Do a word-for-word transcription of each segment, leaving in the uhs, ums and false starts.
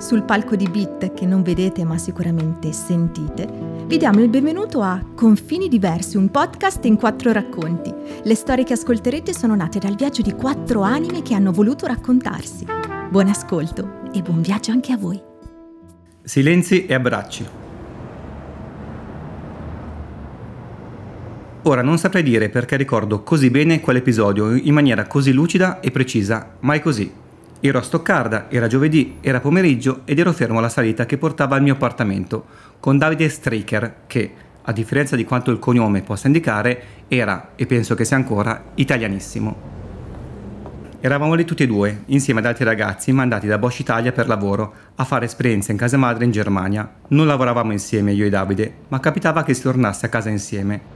sul palco di Beat, che non vedete ma sicuramente sentite, vi diamo il benvenuto a Confini Diversi, un podcast in quattro racconti. Le storie che ascolterete sono nate dal viaggio di quattro anime che hanno voluto raccontarsi. Buon ascolto e buon viaggio anche a voi. Silenzi e abbracci. Ora non saprei dire perché ricordo così bene quell'episodio in maniera così lucida e precisa, ma è così. Ero a Stoccarda, era giovedì, era pomeriggio ed ero fermo alla salita che portava al mio appartamento con Davide Stricker che, a differenza di quanto il cognome possa indicare, era, e penso che sia ancora, italianissimo. Eravamo lì tutti e due, insieme ad altri ragazzi mandati da Bosch Italia per lavoro a fare esperienza in casa madre in Germania. Non lavoravamo insieme io e Davide, ma capitava che si tornasse a casa insieme.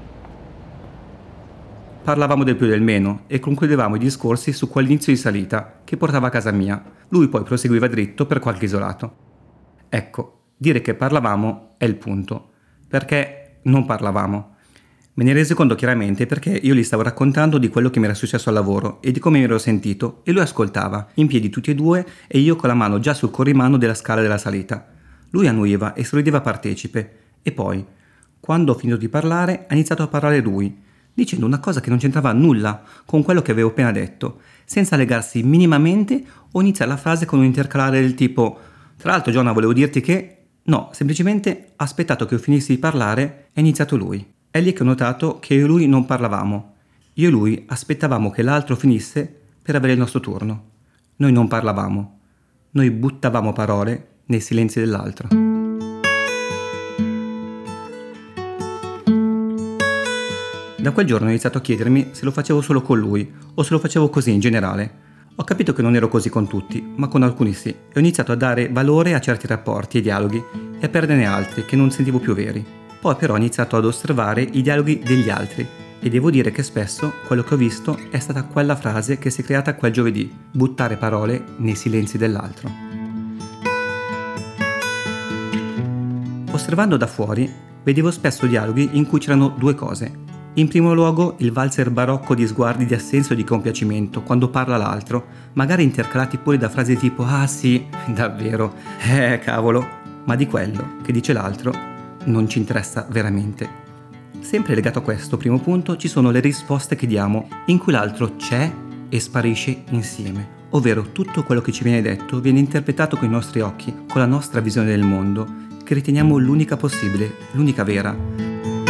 Parlavamo del più e del meno e concludevamo i discorsi su quell'inizio di salita che portava a casa mia. Lui poi proseguiva dritto per qualche isolato. Ecco, dire che parlavamo è il punto. Perché non parlavamo. Me ne resi conto chiaramente perché io gli stavo raccontando di quello che mi era successo al lavoro e di come mi ero sentito e lui ascoltava, in piedi tutti e due e io con la mano già sul corrimano della scala della salita. Lui annuiva e sorrideva partecipe e poi, quando ho finito di parlare, ha iniziato a parlare lui, dicendo una cosa che non c'entrava nulla con quello che avevo appena detto, senza legarsi minimamente o iniziare la frase con un intercalare del tipo «Tra l'altro, Giona, volevo dirti che...» No, semplicemente ha aspettato che io finissi di parlare e ha iniziato lui. È lì che ho notato che io e lui non parlavamo. Io e lui aspettavamo che l'altro finisse per avere il nostro turno. Noi non parlavamo. Noi buttavamo parole nei silenzi dell'altro. Da quel giorno ho iniziato a chiedermi se lo facevo solo con lui o se lo facevo così in generale. Ho capito che non ero così con tutti, ma con alcuni sì. E ho iniziato a dare valore a certi rapporti e dialoghi e a perderne altri che non sentivo più veri. Poi però ho iniziato ad osservare i dialoghi degli altri e devo dire che spesso quello che ho visto è stata quella frase che si è creata quel giovedì: buttare parole nei silenzi dell'altro. Osservando da fuori, vedevo spesso dialoghi in cui c'erano due cose. In primo luogo il valzer barocco di sguardi di assenso e di compiacimento quando parla l'altro, magari intercalati pure da frasi tipo «Ah sì, davvero, eh cavolo», ma di quello che dice l'altro non ci interessa veramente. Sempre legato a questo primo punto ci sono le risposte che diamo in cui l'altro c'è e sparisce insieme, ovvero tutto quello che ci viene detto viene interpretato con i nostri occhi, con la nostra visione del mondo, che riteniamo l'unica possibile, l'unica vera.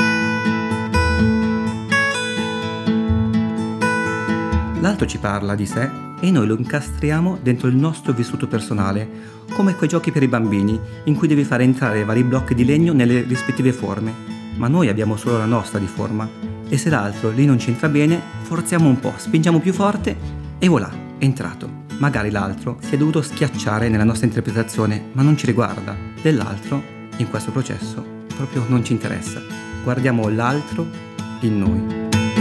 L'altro ci parla di sé e noi lo incastriamo dentro il nostro vissuto personale, come quei giochi per i bambini in cui devi fare entrare vari blocchi di legno nelle rispettive forme, ma noi abbiamo solo la nostra di forma e se l'altro lì non c'entra bene, forziamo un po', spingiamo più forte e voilà, è entrato. Magari l'altro si è dovuto schiacciare nella nostra interpretazione, ma non ci riguarda. Dell'altro, in questo processo, proprio non ci interessa. Guardiamo l'altro in noi.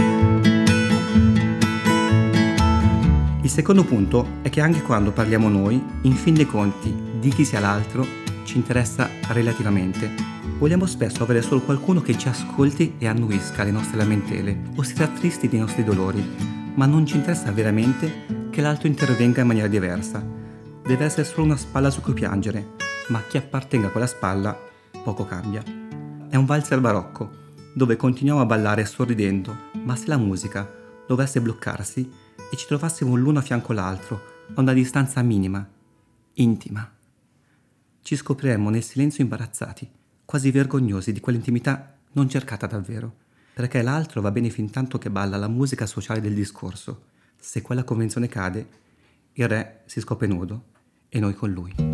Il secondo punto è che anche quando parliamo noi, in fin dei conti, di chi sia l'altro, ci interessa relativamente. Vogliamo spesso avere solo qualcuno che ci ascolti e annuisca le nostre lamentele o si rattristi dei nostri dolori, ma non ci interessa veramente che l'altro intervenga in maniera diversa. Deve essere solo una spalla su cui piangere, ma chi appartenga a quella spalla poco cambia. È un valzer barocco, dove continuiamo a ballare sorridendo, ma se la musica dovesse bloccarsi, e ci trovassimo l'uno a fianco all'altro, a una distanza minima, intima. Ci scopriremmo nel silenzio imbarazzati, quasi vergognosi di quell'intimità non cercata davvero, perché l'altro va bene fin tanto che balla la musica sociale del discorso. Se quella convenzione cade, il re si scopre nudo e noi con lui.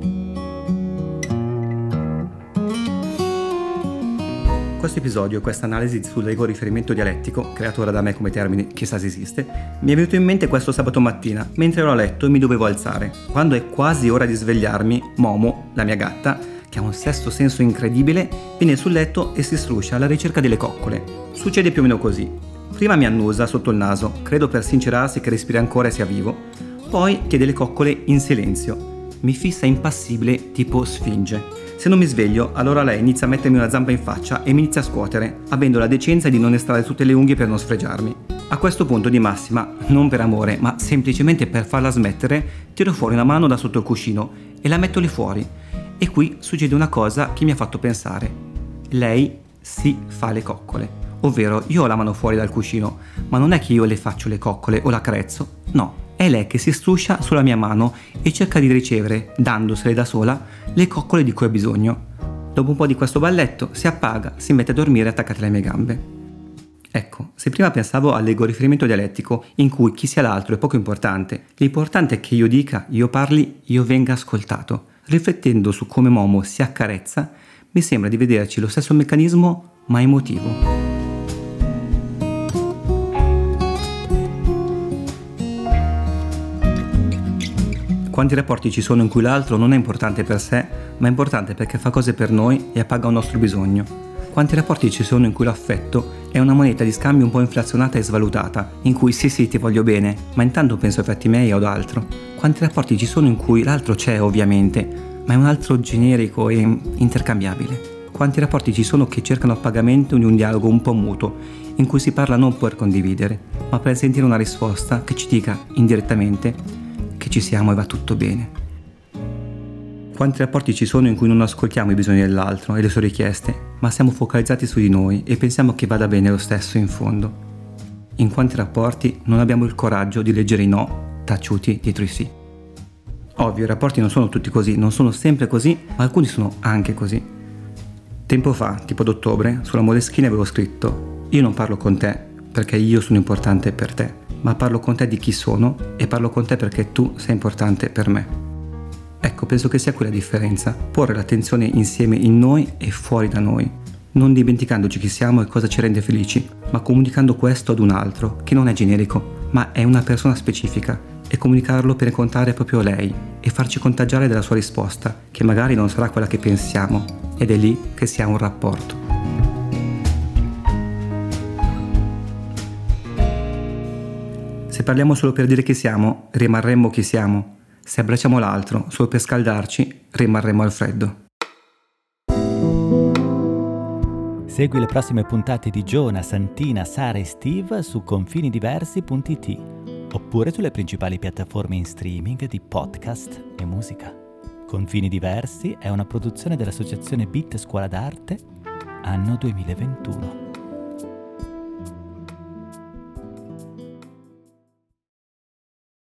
Questo episodio, questa analisi sull'ego riferimento dialettico, creato ora da me come termine, chissà se esiste, mi è venuto in mente questo sabato mattina, mentre ero a letto e mi dovevo alzare. Quando è quasi ora di svegliarmi, Momo, la mia gatta, che ha un sesto senso incredibile, viene sul letto e si struscia alla ricerca delle coccole. Succede più o meno così. Prima mi annusa sotto il naso, credo per sincerarsi che respiri ancora e sia vivo. Poi chiede le coccole in silenzio. Mi fissa impassibile tipo sfinge. Se non mi sveglio, allora lei inizia a mettermi una zampa in faccia e mi inizia a scuotere, avendo la decenza di non estrarre tutte le unghie per non sfregiarmi. A questo punto di massima, non per amore, ma semplicemente per farla smettere, tiro fuori una mano da sotto il cuscino e la metto lì fuori. E qui succede una cosa che mi ha fatto pensare. Lei si fa le coccole. Ovvero, io ho la mano fuori dal cuscino, ma non è che io le faccio le coccole o la carezzo, no. È lei che si struscia sulla mia mano e cerca di ricevere, dandosele da sola, le coccole di cui ha bisogno. Dopo un po' di questo balletto si appaga, si mette a dormire attaccata alle mie gambe. Ecco, se prima pensavo all'ego riferimento dialettico in cui chi sia l'altro è poco importante, l'importante è che io dica, io parli, io venga ascoltato. Riflettendo su come Momo si accarezza, mi sembra di vederci lo stesso meccanismo ma emotivo. Quanti rapporti ci sono in cui l'altro non è importante per sé, ma è importante perché fa cose per noi e appaga un nostro bisogno? Quanti rapporti ci sono in cui l'affetto è una moneta di scambio un po' inflazionata e svalutata, in cui sì sì ti voglio bene, ma intanto penso ai fatti miei o ad altro? Quanti rapporti ci sono in cui l'altro c'è ovviamente, ma è un altro generico e intercambiabile? Quanti rapporti ci sono che cercano a pagamento di un dialogo un po' muto, in cui si parla non per condividere, ma per sentire una risposta che ci dica indirettamente che ci siamo e va tutto bene. Quanti rapporti ci sono in cui non ascoltiamo i bisogni dell'altro e le sue richieste, ma siamo focalizzati su di noi e pensiamo che vada bene lo stesso in fondo? In quanti rapporti non abbiamo il coraggio di leggere i no taciuti dietro i sì? Ovvio, i rapporti non sono tutti così, non sono sempre così, ma alcuni sono anche così. Tempo fa, tipo ad ottobre, sulla Moleskine avevo scritto: io non parlo con te perché io sono importante per te, ma parlo con te di chi sono e parlo con te perché tu sei importante per me. Ecco, penso che sia qui la differenza, porre l'attenzione insieme in noi e fuori da noi, non dimenticandoci chi siamo e cosa ci rende felici, ma comunicando questo ad un altro, che non è generico, ma è una persona specifica, e comunicarlo per incontrare proprio lei e farci contagiare della sua risposta, che magari non sarà quella che pensiamo, ed è lì che si ha un rapporto. Se parliamo solo per dire chi siamo, rimarremmo chi siamo. Se abbracciamo l'altro solo per scaldarci, rimarremo al freddo. Segui le prossime puntate di Giona, Santina, Sara e Steve su confinidiversi punto it oppure sulle principali piattaforme in streaming di podcast e musica. Confini Diversi è una produzione dell'associazione Beat Scuola d'Arte, anno duemilaventuno.